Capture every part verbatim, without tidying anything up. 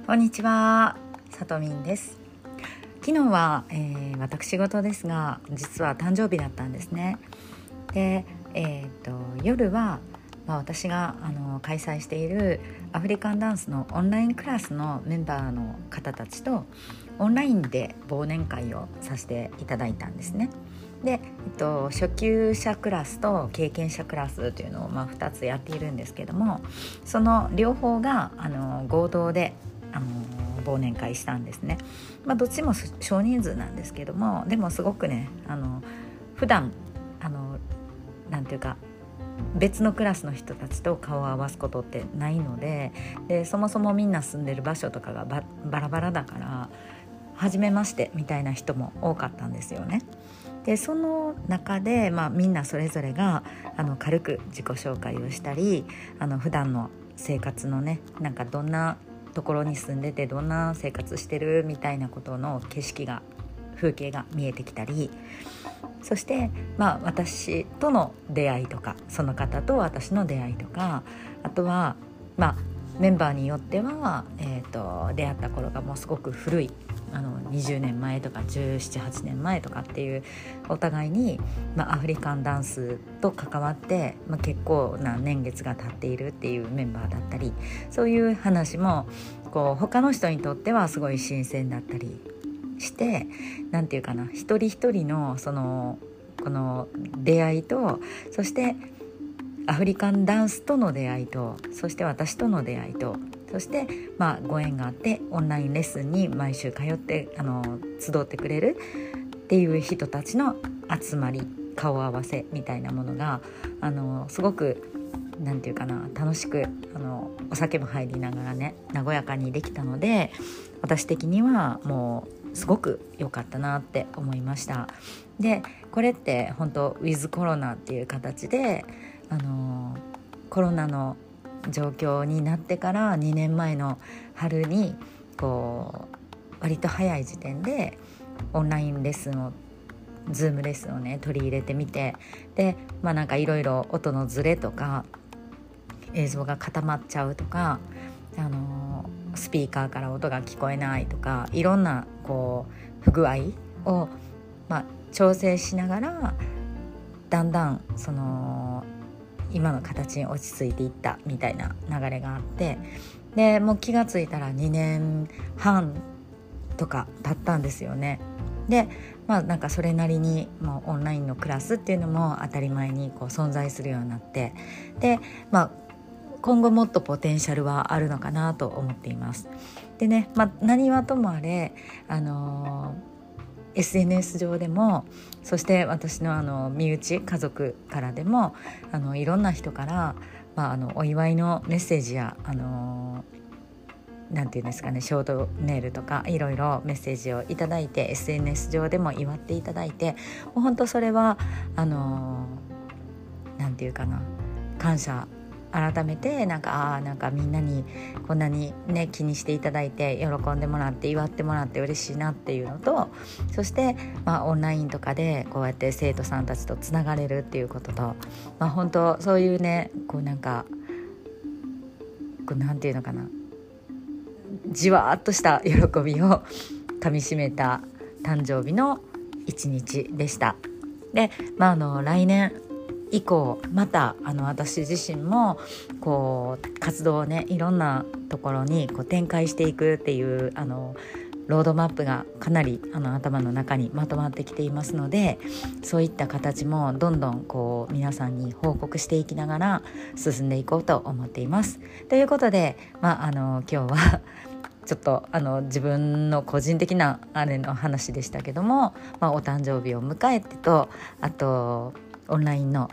こんにちは、さとみんです。昨日は、えー、私事ですが実は誕生日だったんですね。で、えー、と夜は、まあ、私があの開催しているアフリカンダンスのオンラインクラスのメンバーの方たちとオンラインで忘年会をさせていただいたんですね。で、えっと、初級者クラスと経験者クラスというのを、まあ、ふたつやっているんですけども、その両方があの合同であの忘年会したんですね。まあ、どっちも少人数なんですけども、でもすごくね、あの普段あのなんていうか別のクラスの人たちと顔を合わすことってないの で, でそもそもみんな住んでる場所とかが バ, バラバラだから初めましてみたいな人も多かったんですよね。でその中で、まあ、みんなそれぞれがあの軽く自己紹介をしたり、あの普段の生活のね、なんかどんなところに住んでてどんな生活してるみたいなことの景色が風景が見えてきたり、そして、まあ、私との出会いとかその方と私の出会いとか、あとは、まあ、メンバーによっては、えーと、出会った頃がもうすごく古いあのにじゅうねんまえとかじゅうなな、はちねんまえとかっていう、お互いに、まあ、アフリカンダンスと関わって、まあ、結構な年月が経っているっていうメンバーだったり、そういう話もこう他の人にとってはすごい新鮮だったりして、なんていうかな、一人一人のそのこの出会いと、そしてアフリカンダンスとの出会いと、そして私との出会いと、そして、まあ、ご縁があってオンラインレッスンに毎週通ってあの集ってくれるっていう人たちの集まり、顔合わせみたいなものがあのすごくなんていうかな、楽しくあのお酒も入りながらね、和やかにできたので、私的にはもうすごく良かったなって思いました。でこれって本当ウィズコロナっていう形で、あのコロナの状況になってからにねんまえの春にこう割と早い時点でオンラインレッスンをズームレッスンをね取り入れてみて、でまあなんかいろいろ音のズレとか映像が固まっちゃうとか、あのスピーカーから音が聞こえないとか、いろんなこう不具合を、まあ、調整しながらだんだんその今の形に落ち着いていったみたいな流れがあって、でもう気がついたらにねんはんとか経ったんですよね。でまあなんかそれなりにもうオンラインのクラスっていうのも当たり前にこう存在するようになって、でまあ今後もっとポテンシャルはあるのかなと思っています。でね、まあ、何はともあれ、あのーエスエヌエス 上でも、そして私のあの身内家族からでも、あのいろんな人から、まあ、あのお祝いのメッセージや、あのなんていうんですかね、ショートメールとかいろいろメッセージをいただいて、 エスエヌエス 上でも祝っていただいて、もう本当それはあのなんていうかな、感謝改めて、なんかあなんかみんなにこんなにね気にしていただいて喜んでもらって祝ってもらって嬉しいなっていうのと、そして、まあ、オンラインとかでこうやって生徒さんたちとつながれるっていうことと、まあ、本当そういうね、こうなんかこうなんていうのかな、じわーっとした喜びをかみしめた誕生日の一日でした。で、まあ、あの来年以降またあの私自身もこう活動をね、いろんなところにこう展開していくっていうあのロードマップがかなりあの頭の中にまとまってきていますので、そういった形もどんどんこう皆さんに報告していきながら進んでいこうと思っています。ということで、まあ、あの今日はちょっとあの自分の個人的なあれの話でしたけども、まあ、お誕生日を迎えてと、あとオンラインの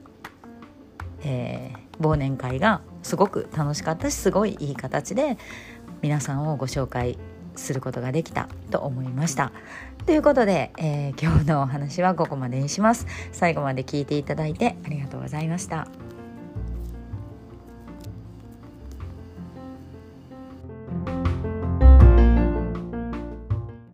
えー、忘年会がすごく楽しかったし、すごいいい形で皆さんをご紹介することができたと思いました。ということで、えー、今日のお話はここまでにします。最後まで聞いていただいてありがとうございました。